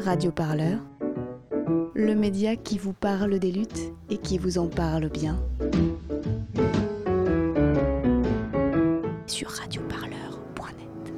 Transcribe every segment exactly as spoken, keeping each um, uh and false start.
Radio Parleur, le média qui vous parle des luttes et qui vous en parle bien. Sur radioparleur point net.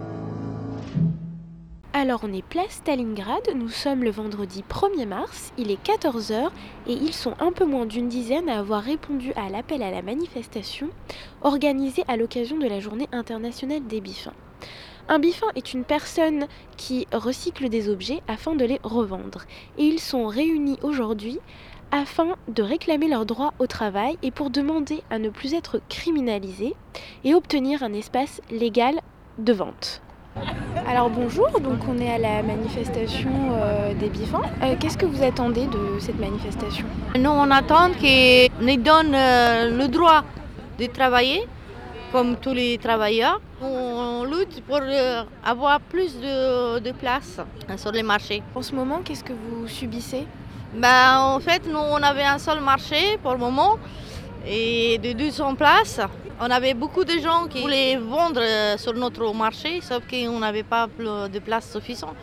Alors on est place Stalingrad, nous sommes le vendredi premier mars, il est quatorze heures et ils sont un peu moins d'une dizaine à avoir répondu à l'appel à la manifestation organisée à l'occasion de la journée internationale des bifins. Un bifin est une personne qui recycle des objets afin de les revendre. Et ils sont réunis aujourd'hui afin de réclamer leurs droits au travail et pour demander à ne plus être criminalisés et obtenir un espace légal de vente. Alors bonjour, donc on est à la manifestation euh, des bifins. Euh, qu'est-ce que vous attendez de cette manifestation ? Nous on attend qu'ils nous donnent euh, le droit de travailler comme tous les travailleurs. On lutte pour euh, avoir plus de, de place sur les marchés. En ce moment, qu'est-ce que vous subissez ? Ben, en fait, nous on avait un seul marché pour le moment et de deux cents places. On avait beaucoup de gens qui voulaient vendre sur notre marché, sauf qu'on n'avait pas de place suffisante.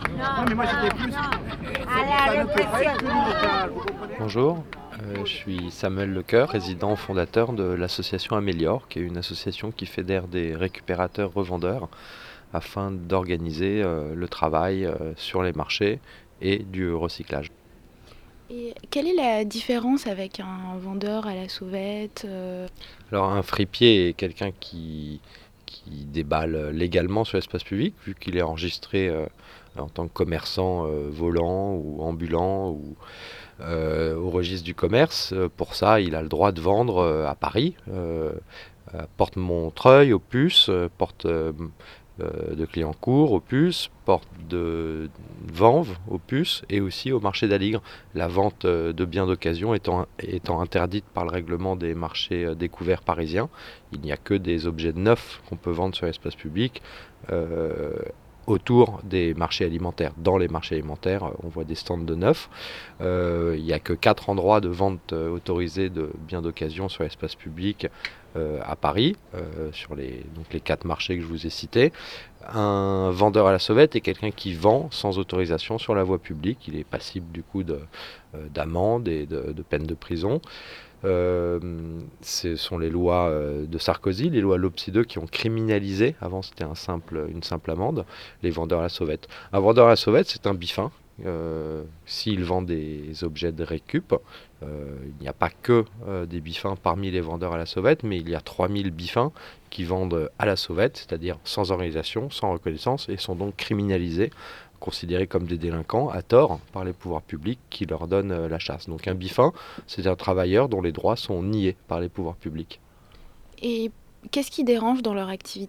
Bonjour, euh, je suis Samuel Lecoeur, résident fondateur de l'association Améliore, qui est une association qui fédère des récupérateurs-revendeurs afin d'organiser euh, le travail euh, sur les marchés et du recyclage. Et quelle est la différence avec un vendeur à la sauvette euh... Alors un fripier est quelqu'un qui, qui déballe légalement sur l'espace public, vu qu'il est enregistré euh, en tant que commerçant euh, volant ou ambulant ou euh, au registre du commerce. Pour ça, il a le droit de vendre euh, à Paris, euh, à Porte Montreuil, aux puces, euh, porte euh, de Clignancourt aux puces, porte de Vanves aux puces et aussi au marché d'Aligre. La vente de biens d'occasion étant, étant interdite par le règlement des marchés découverts parisiens. Il n'y a que des objets neufs qu'on peut vendre sur l'espace public euh, autour des marchés alimentaires. Dans les marchés alimentaires, on voit des stands de neufs. Euh, il n'y a que quatre endroits de vente autorisés de biens d'occasion sur l'espace public Euh, à Paris, euh, sur les, donc les quatre marchés que je vous ai cités. Un vendeur à la sauvette est quelqu'un qui vend sans autorisation sur la voie publique. Il est passible du coup de, euh, d'amende et de, de peine de prison. Euh, ce sont les lois euh, de Sarkozy, les lois Lopsi deux qui ont criminalisé, avant c'était un simple, une simple amende, les vendeurs à la sauvette. Un vendeur à la sauvette, c'est un bifin. Euh, s'il vend des objets de récup, euh, il n'y a pas que euh, des bifins parmi les vendeurs à la sauvette, mais il y a trois mille bifins qui vendent à la sauvette, c'est-à-dire sans organisation, sans reconnaissance, et sont donc criminalisés, considérés comme des délinquants à tort par les pouvoirs publics qui leur donnent euh, la chasse. Donc un bifin, c'est un travailleur dont les droits sont niés par les pouvoirs publics. Et qu'est-ce qui dérange dans leur activité ?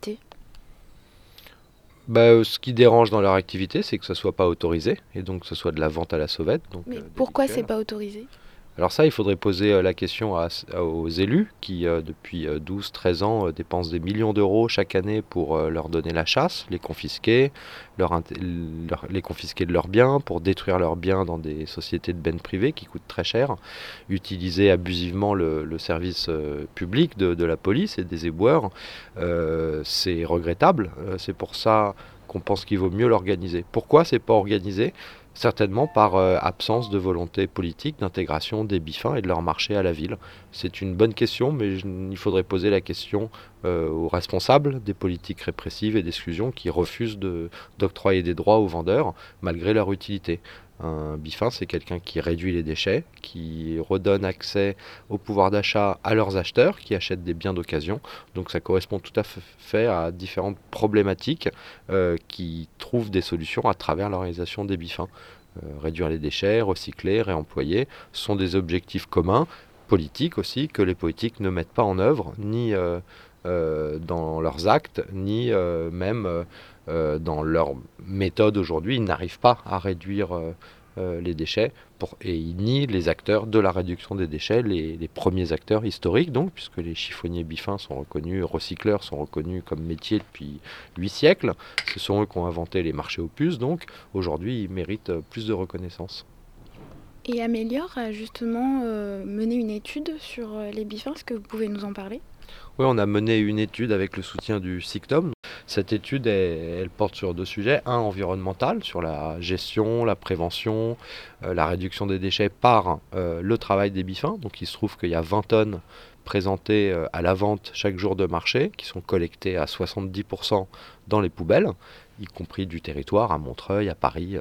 Bah, ce qui dérange dans leur activité, c'est que ce ne soit pas autorisé, et donc que ce soit de la vente à la sauvette. Donc, Mais euh, pourquoi délictuelle. c'est pas autorisé ? Alors ça, il faudrait poser euh, la question à, à, aux élus qui, euh, depuis euh, douze treize ans, euh, dépensent des millions d'euros chaque année pour euh, leur donner la chasse, les confisquer, leur, leur, les confisquer de leurs biens, pour détruire leurs biens dans des sociétés de bennes privées qui coûtent très cher, utiliser abusivement le, le service euh, public de, de la police et des éboueurs. Euh, c'est regrettable, euh, c'est pour ça qu'on pense qu'il vaut mieux l'organiser. Pourquoi c'est pas organisé ? Certainement par euh, absence de volonté politique d'intégration des bifins et de leur marché à la ville. C'est une bonne question, mais je, il faudrait poser la question euh, aux responsables des politiques répressives et d'exclusion qui refusent de, d'octroyer des droits aux vendeurs malgré leur utilité. Un bifin, c'est quelqu'un qui réduit les déchets, qui redonne accès au pouvoir d'achat à leurs acheteurs, qui achètent des biens d'occasion. Donc ça correspond tout à fait à différentes problématiques euh, qui trouvent des solutions à travers l'organisation des bifins. Euh, réduire les déchets, recycler, réemployer, sont des objectifs communs, politiques aussi, que les politiques ne mettent pas en œuvre, ni euh, euh, dans leurs actes, ni euh, même euh, euh, dans leur méthode aujourd'hui. Ils n'arrivent pas à réduire euh, euh, les déchets pour, et ils nient les acteurs de la réduction des déchets, les, les premiers acteurs historiques, donc, puisque les chiffonniers bifins sont reconnus, recycleurs sont reconnus comme métier depuis huit siècles. Ce sont eux qui ont inventé les marchés aux puces, donc aujourd'hui ils méritent plus de reconnaissance. Et Améliore a justement euh, mené une étude sur euh, les bifins, est-ce que vous pouvez nous en parler ? Oui, on a mené une étude avec le soutien du SICTOM. Cette étude, elle, elle porte sur deux sujets. Un, environnemental, sur la gestion, la prévention, euh, la réduction des déchets par euh, le travail des bifins. Donc il se trouve qu'il y a vingt tonnes présentées euh, à la vente chaque jour de marché, qui sont collectées à soixante-dix pour cent dans les poubelles, y compris du territoire, à Montreuil, à Paris, euh,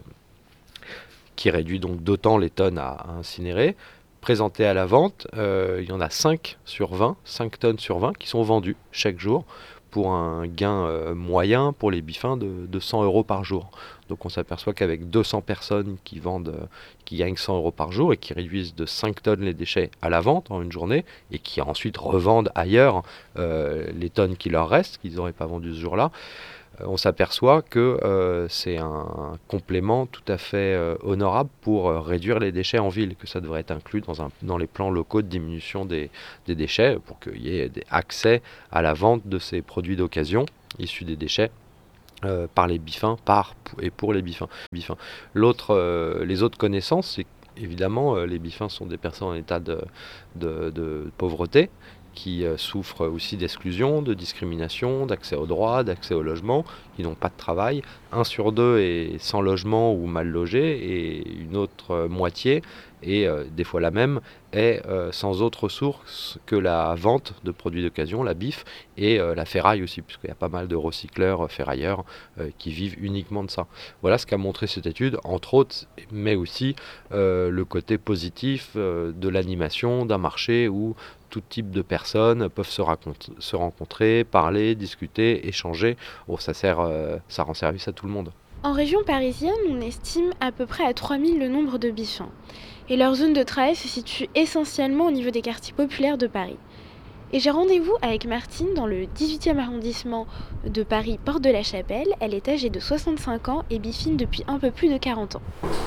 qui réduit donc d'autant les tonnes à, à incinérer. Présentées à la vente, euh, il y en a cinq sur vingt, cinq tonnes sur vingt qui sont vendues chaque jour pour un gain euh, moyen pour les bifins de, de cent euros par jour. Donc on s'aperçoit qu'avec deux cents personnes qui vendent, euh, qui gagnent cent euros par jour et qui réduisent de cinq tonnes les déchets à la vente en une journée et qui ensuite revendent ailleurs euh, les tonnes qui leur restent, qu'ils n'auraient pas vendues ce jour-là, on s'aperçoit que euh, c'est un complément tout à fait euh, honorable pour euh, réduire les déchets en ville, que ça devrait être inclus dans, un, dans les plans locaux de diminution des, des déchets, pour qu'il y ait des accès à la vente de ces produits d'occasion issus des déchets euh, par les bifins, par et pour les bifins. bifins. L'autre, euh, les autres connaissances, c'est évidemment euh, les bifins sont des personnes en état de, de, de pauvreté, qui euh, souffrent aussi d'exclusion, de discrimination, d'accès aux droits, d'accès au logement, qui n'ont pas de travail. Un sur deux est sans logement ou mal logé, et une autre euh, moitié, et euh, des fois la même, est euh, sans autre source que la vente de produits d'occasion, la B I F, et euh, la ferraille aussi, puisqu'il y a pas mal de recycleurs, euh, ferrailleurs, euh, qui vivent uniquement de ça. Voilà ce qu'a montré cette étude, entre autres, mais aussi euh, le côté positif euh, de l'animation d'un marché où tout type de personnes peuvent se, raconter, se rencontrer, parler, discuter, échanger. Bon, ça, sert, euh, ça rend service à tout le monde. En région parisienne, on estime à peu près à trois mille le nombre de bifins. Et leur zone de travail se situe essentiellement au niveau des quartiers populaires de Paris. Et j'ai rendez-vous avec Martine dans le dix-huitième arrondissement de Paris, Porte de la Chapelle. Elle est âgée de soixante-cinq ans et bifine depuis un peu plus de quarante ans.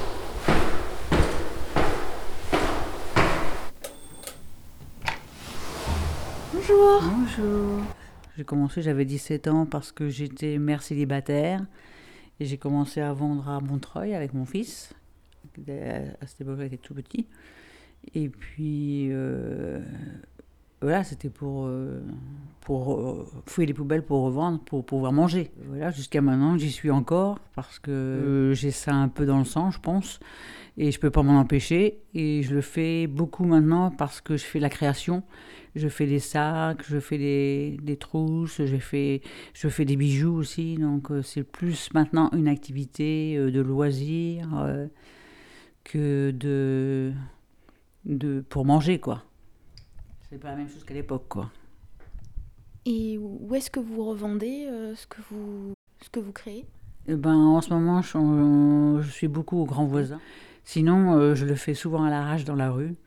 Bonjour. Bonjour. J'ai commencé, j'avais dix-sept ans parce que j'étais mère célibataire et j'ai commencé à vendre à Montreuil avec mon fils. À cette époque-là, il était tout petit. Et puis, euh, voilà, c'était pour, euh, pour euh, fouiller les poubelles pour revendre, pour pouvoir manger. Voilà, jusqu'à maintenant, j'y suis encore parce que euh, j'ai ça un peu dans le sang, je pense. Et je ne peux pas m'en empêcher. Et je le fais beaucoup maintenant parce que je fais la création. Je fais des sacs, je fais des, des trousses, je fais, je fais des bijoux aussi. Donc euh, c'est plus maintenant une activité euh, de loisir euh, que de, de pour manger, quoi. C'est pas la même chose qu'à l'époque, quoi. Et où est-ce que vous revendez euh, ce que vous, ce que vous créez ? Eh ben, en ce moment, je, je suis beaucoup aux grands voisins. Sinon, euh, je le fais souvent à l'arrache dans la rue.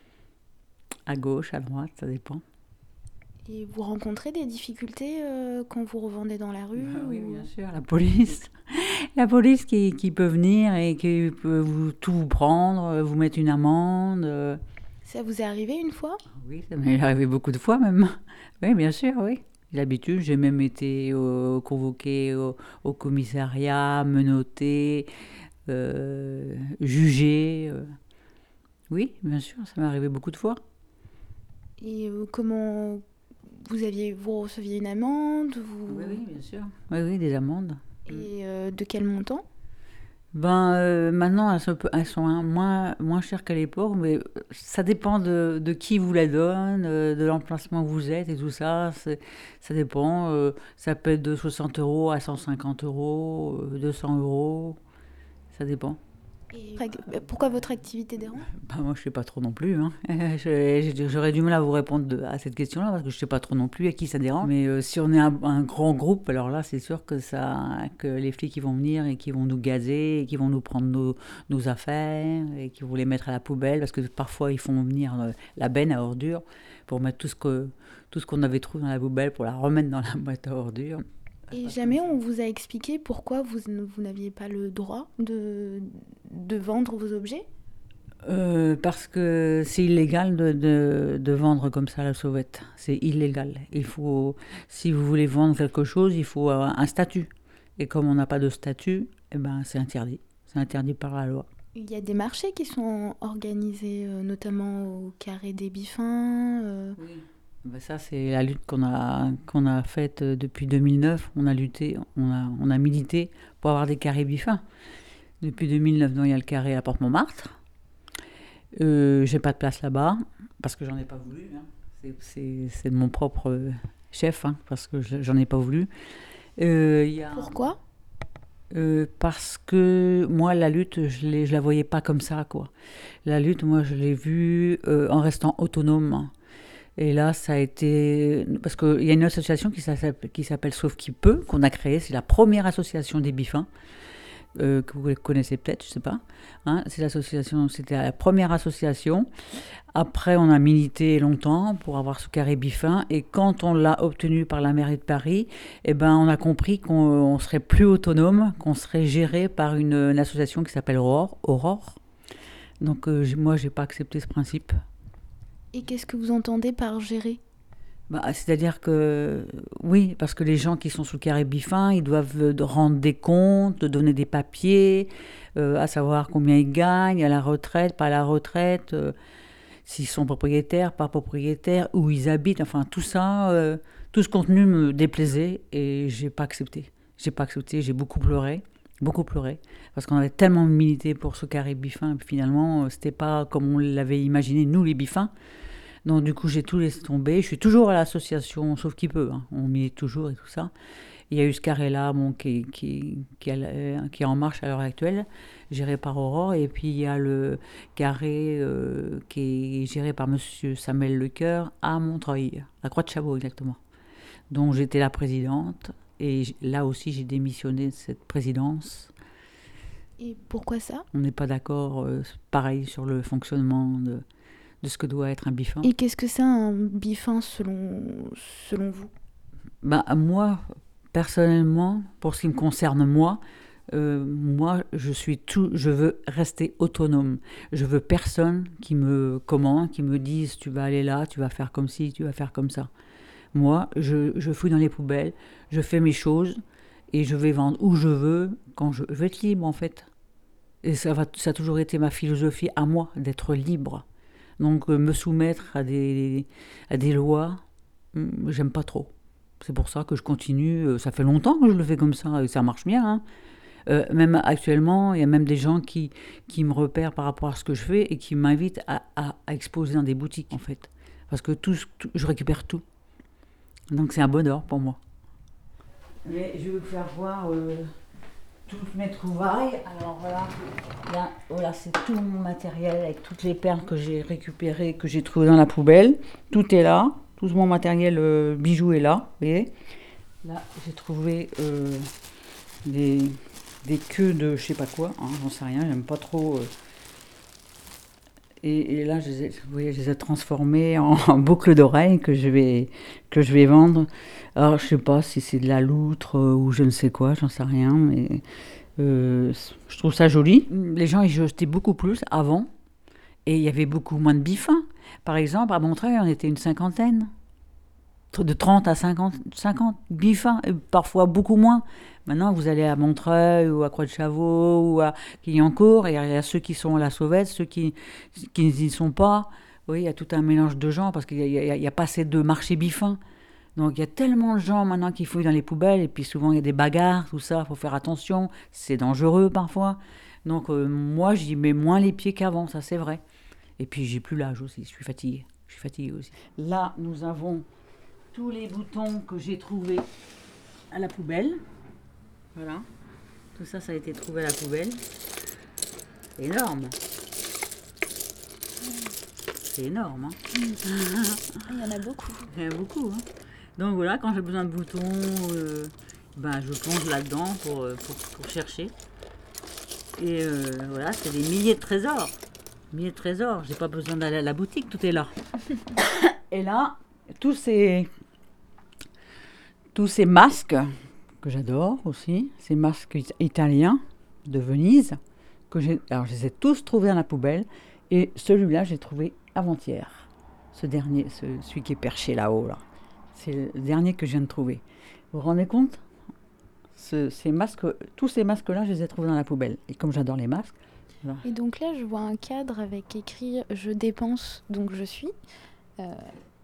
À gauche, à droite, ça dépend. Et vous rencontrez des difficultés euh, quand vous revendez dans la rue Bah oui, ou... bien sûr, la police. La police qui, qui peut venir et qui peut vous, tout vous prendre, vous mettre une amende. Euh... Ça vous est arrivé une fois ? Oui, ça m'est arrivé beaucoup de fois même. Oui, bien sûr, oui. L'habitude, j'ai même été euh, convoquée au, au commissariat, menottée, euh, jugée. Euh... Oui, bien sûr, ça m'est arrivé beaucoup de fois. Et euh, comment vous aviez, vous receviez une amende vous... Oui, oui, bien sûr. Oui, oui, des amendes. Et euh, de quel montant ? Ben, euh, maintenant, elles sont, elles sont hein, moins, moins chères qu'à l'époque, mais ça dépend de, de qui vous la donne, euh, de l'emplacement où vous êtes et tout ça. C'est, ça dépend. Euh, ça peut être de soixante euros à cent cinquante euros, euh, deux cents euros. Ça dépend. Et pourquoi votre activité dérange ? Ben, moi, je ne sais pas trop non plus. Hein. Je, j'aurais du mal à vous répondre de, à cette question-là parce que je ne sais pas trop non plus à qui ça dérange. Mais euh, si on est un, un grand groupe, alors là, c'est sûr que, ça, que les flics ils vont venir et qui vont nous gazer, et qui vont nous prendre nos, nos affaires et qui vont les mettre à la poubelle parce que parfois, ils font venir euh, la benne à ordures pour mettre tout ce, que, tout ce qu'on avait trouvé dans la poubelle pour la remettre dans la boîte à ordures. Et jamais on vous a expliqué pourquoi vous, vous n'aviez pas le droit de, de vendre vos objets ? euh, Parce que c'est illégal de, de, de vendre comme ça à la sauvette. C'est illégal. Il faut, si vous voulez vendre quelque chose, il faut avoir un statut. Et comme on n'a pas de statut, eh ben, c'est interdit. C'est interdit par la loi. Il y a des marchés qui sont organisés, euh, notamment au Carré des Bifins. Euh... Oui. Ben ça, c'est la lutte qu'on a, qu'on a faite depuis deux mille neuf. On a lutté, on a, on a milité pour avoir des carrés bifins. Depuis deux mille neuf, donc, il y a le carré à Porte-Montmartre. Euh, j'ai pas de place là-bas, parce que j'en ai pas voulu. Hein. C'est, c'est, c'est de mon propre chef, hein, parce que je, j'en ai pas voulu. Euh, y a, Pourquoi ? euh, Parce que moi, la lutte, je ne la voyais pas comme ça, quoi. La lutte, moi, je l'ai vue euh, en restant autonome. Et là, ça a été... Parce qu'il y a une association qui s'appelle, qui s'appelle Sauve qui peut, qu'on a créée. C'est la première association des bifins, euh, que vous connaissez peut-être, je ne sais pas. Hein, c'est l'association, c'était la première association. Après, on a milité longtemps pour avoir ce carré bifin. Et quand on l'a obtenu par la mairie de Paris, eh ben, on a compris qu'on on serait plus autonome, qu'on serait géré par une, une association qui s'appelle Aurore. Aurore. Donc, euh, moi, je n'ai pas accepté ce principe. Et qu'est-ce que vous entendez par gérer ? Bah, c'est-à-dire que, oui, parce que les gens qui sont sous le carré bifin, ils doivent rendre des comptes, donner des papiers, euh, à savoir combien ils gagnent, à la retraite, pas à la retraite, euh, s'ils sont propriétaires, pas propriétaires, où ils habitent, enfin tout ça, euh, tout ce contenu me déplaisait et j'ai pas accepté. J'ai pas accepté, j'ai beaucoup pleuré, beaucoup pleuré, parce qu'on avait tellement milité pour ce carré bifin, et puis finalement, c'était pas comme on l'avait imaginé, nous les bifins. Donc du coup, j'ai tout laissé tomber. Je suis toujours à l'association, sauf qui peut. Hein. On milite toujours et tout ça. Il y a eu ce carré-là bon, qui, qui, qui, est, qui est en marche à l'heure actuelle, géré par Aurore. Et puis il y a le carré euh, qui est géré par monsieur Samuel Lecoeur à Montreuil, à Croix-de-Chabot exactement. Donc j'étais la présidente. Et là aussi, j'ai démissionné de cette présidence. Et pourquoi ça ? On n'est pas d'accord, euh, pareil, sur le fonctionnement de... de ce que doit être un bifin. Et qu'est-ce que c'est un bifin selon, selon vous ? Ben, moi, personnellement, pour ce qui me concerne moi, euh, moi, je suis tout, je veux rester autonome. Je veux personne qui me commande, qui me dise tu vas aller là, tu vas faire comme ci, tu vas faire comme ça. Moi, je, je fouille dans les poubelles, je fais mes choses et je vais vendre où je veux, quand je, je veux être libre en fait. Et ça, va, ça a toujours été ma philosophie à moi, d'être libre. Donc, euh, me soumettre à des, à des lois, hum, j'aime pas trop. C'est pour ça que je continue. Euh, ça fait longtemps que je le fais comme ça et ça marche bien. Hein. Euh, même actuellement, il y a même des gens qui, qui me repèrent par rapport à ce que je fais et qui m'invitent à, à, à exposer dans des boutiques, en fait. Parce que tout, tout, je récupère tout. Donc, c'est un bonheur pour moi. Mais je vais vous faire voir... Euh... toutes mes trouvailles. Alors voilà, là, voilà, c'est tout mon matériel avec toutes les perles que j'ai récupérées, que j'ai trouvées dans la poubelle. Tout est là, tout mon matériel euh, bijoux est là, vous voyez. Là, j'ai trouvé euh, des, des queues de je sais pas quoi, hein, j'en sais rien, j'aime pas trop. Euh. Et, et là, je les ai, vous voyez, je les ai transformées en, en boucles d'oreilles que je vais, que je vais vendre. Alors, je sais pas si c'est de la loutre euh, ou je ne sais quoi, j'en sais rien, mais euh, je trouve ça joli. Les gens, ils jetaient beaucoup plus avant et il y avait beaucoup moins de bifins. Par exemple, à Montreuil, on était une cinquantaine, de trente à cinquante, cinquante bifins, et parfois beaucoup moins. Maintenant, vous allez à Montreuil ou à Croix-de-Chavaux ou à Clignancourt, et il y a ceux qui sont à la Sauvette, ceux qui, qui n'y sont pas. Oui, il y a tout un mélange de gens parce qu'il n'y a, a, a pas assez de marchés bifins. Donc il y a tellement de gens maintenant qui fouillent dans les poubelles, et puis souvent il y a des bagarres, tout ça, il faut faire attention, c'est dangereux parfois. Donc euh, moi, j'y mets moins les pieds qu'avant, ça c'est vrai. Et puis j'ai plus l'âge aussi, je suis fatiguée. Je suis fatiguée aussi. Là, nous avons tous les boutons que j'ai trouvés à la poubelle. Voilà. Tout ça, ça a été trouvé à la poubelle. C'est énorme. C'est énorme. Hein. Il y en a beaucoup. Il y en a beaucoup. Hein. Donc voilà, quand j'ai besoin de boutons, euh, ben, je plonge là-dedans pour, pour, pour chercher. Et euh, voilà, c'est des milliers de trésors. Milliers de trésors. J'ai pas besoin d'aller à la boutique, tout est là. Et là, tous ces, tous ces masques que j'adore aussi, ces masques italiens de Venise, que j'ai, alors je les ai tous trouvés dans la poubelle. Et celui-là, j'ai trouvé avant-hier. Ce dernier, ce, celui qui est perché là-haut, là. C'est le dernier que je viens de trouver. Vous vous rendez compte ? Ce, ces masques, tous ces masques-là, je les ai trouvés dans la poubelle. Et comme j'adore les masques... Voilà. Et donc là, je vois un cadre avec écrit « Je dépense, donc je suis euh, ».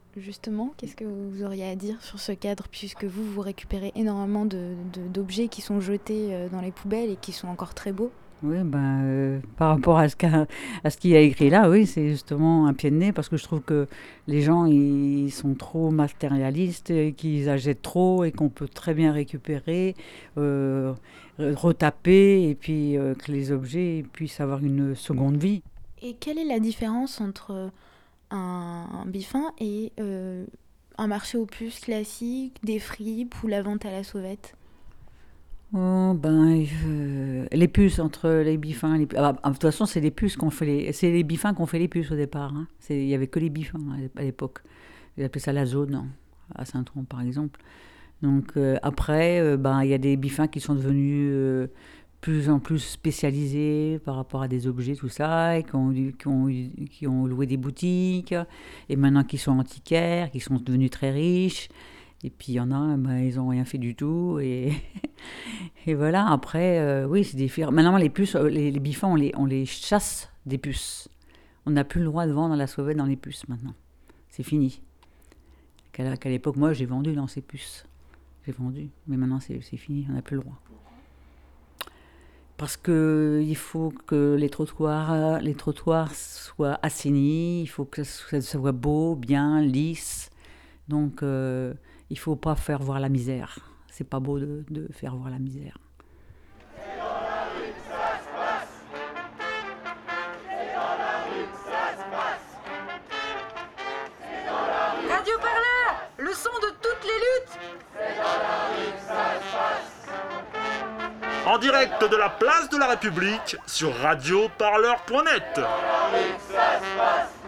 Justement, qu'est-ce que vous auriez à dire sur ce cadre, puisque vous, vous récupérez énormément de, de, d'objets qui sont jetés dans les poubelles et qui sont encore très beaux? Oui, ben, euh, par rapport à ce, qu'a, à ce qu'il y a écrit là, oui, c'est justement un pied de nez, parce que je trouve que les gens, ils sont trop matérialistes, et qu'ils achètent trop, et qu'on peut très bien récupérer, euh, retaper, et puis euh, que les objets puissent avoir une seconde vie. Et quelle est la différence entre un, un Biffin et euh, un marché aux puces classique, des fripes ou la vente à la sauvette? Oh, ben, euh, les puces entre les Biffins. Les, ah, de toute façon, c'est les puces qu'on fait les, c'est les Biffins qu'on fait les puces au départ. Hein. C'est, il y avait que les Biffins à l'époque. Ils appelaient ça la zone à Saint-Tron, par exemple. Donc euh, après, euh, ben, il y a des Biffins qui sont devenus euh, plus en plus spécialisés par rapport à des objets, tout ça, et qui ont, qui ont, qui ont loué des boutiques, et maintenant qui sont antiquaires, qui sont devenus très riches. Et puis il y en a, ben, ils n'ont rien fait du tout. Et, et voilà, après, euh, oui, c'est différent. Maintenant, les puces, les, les Biffins, on les, on les chasse des puces. On n'a plus le droit de vendre la sauvette dans les puces maintenant. C'est fini. Qu'à, qu'à l'époque, moi, j'ai vendu dans ces puces. J'ai vendu. Mais maintenant, c'est, c'est fini, on n'a plus le droit. Parce qu'il faut que les trottoirs, les trottoirs soient assainis, il faut que ça soit beau, bien, lisse. Donc, euh, il ne faut pas faire voir la misère. C'est pas beau de, de faire voir la misère. C'est dans la rue que ça se passe. C'est dans la rue que ça se passe. C'est dans la rue. Radio Parleur, le son de toutes les luttes. C'est dans la rue que ça se passe. En direct de la place de la République sur radio parleur point net. C'est dans la rue que ça se passe.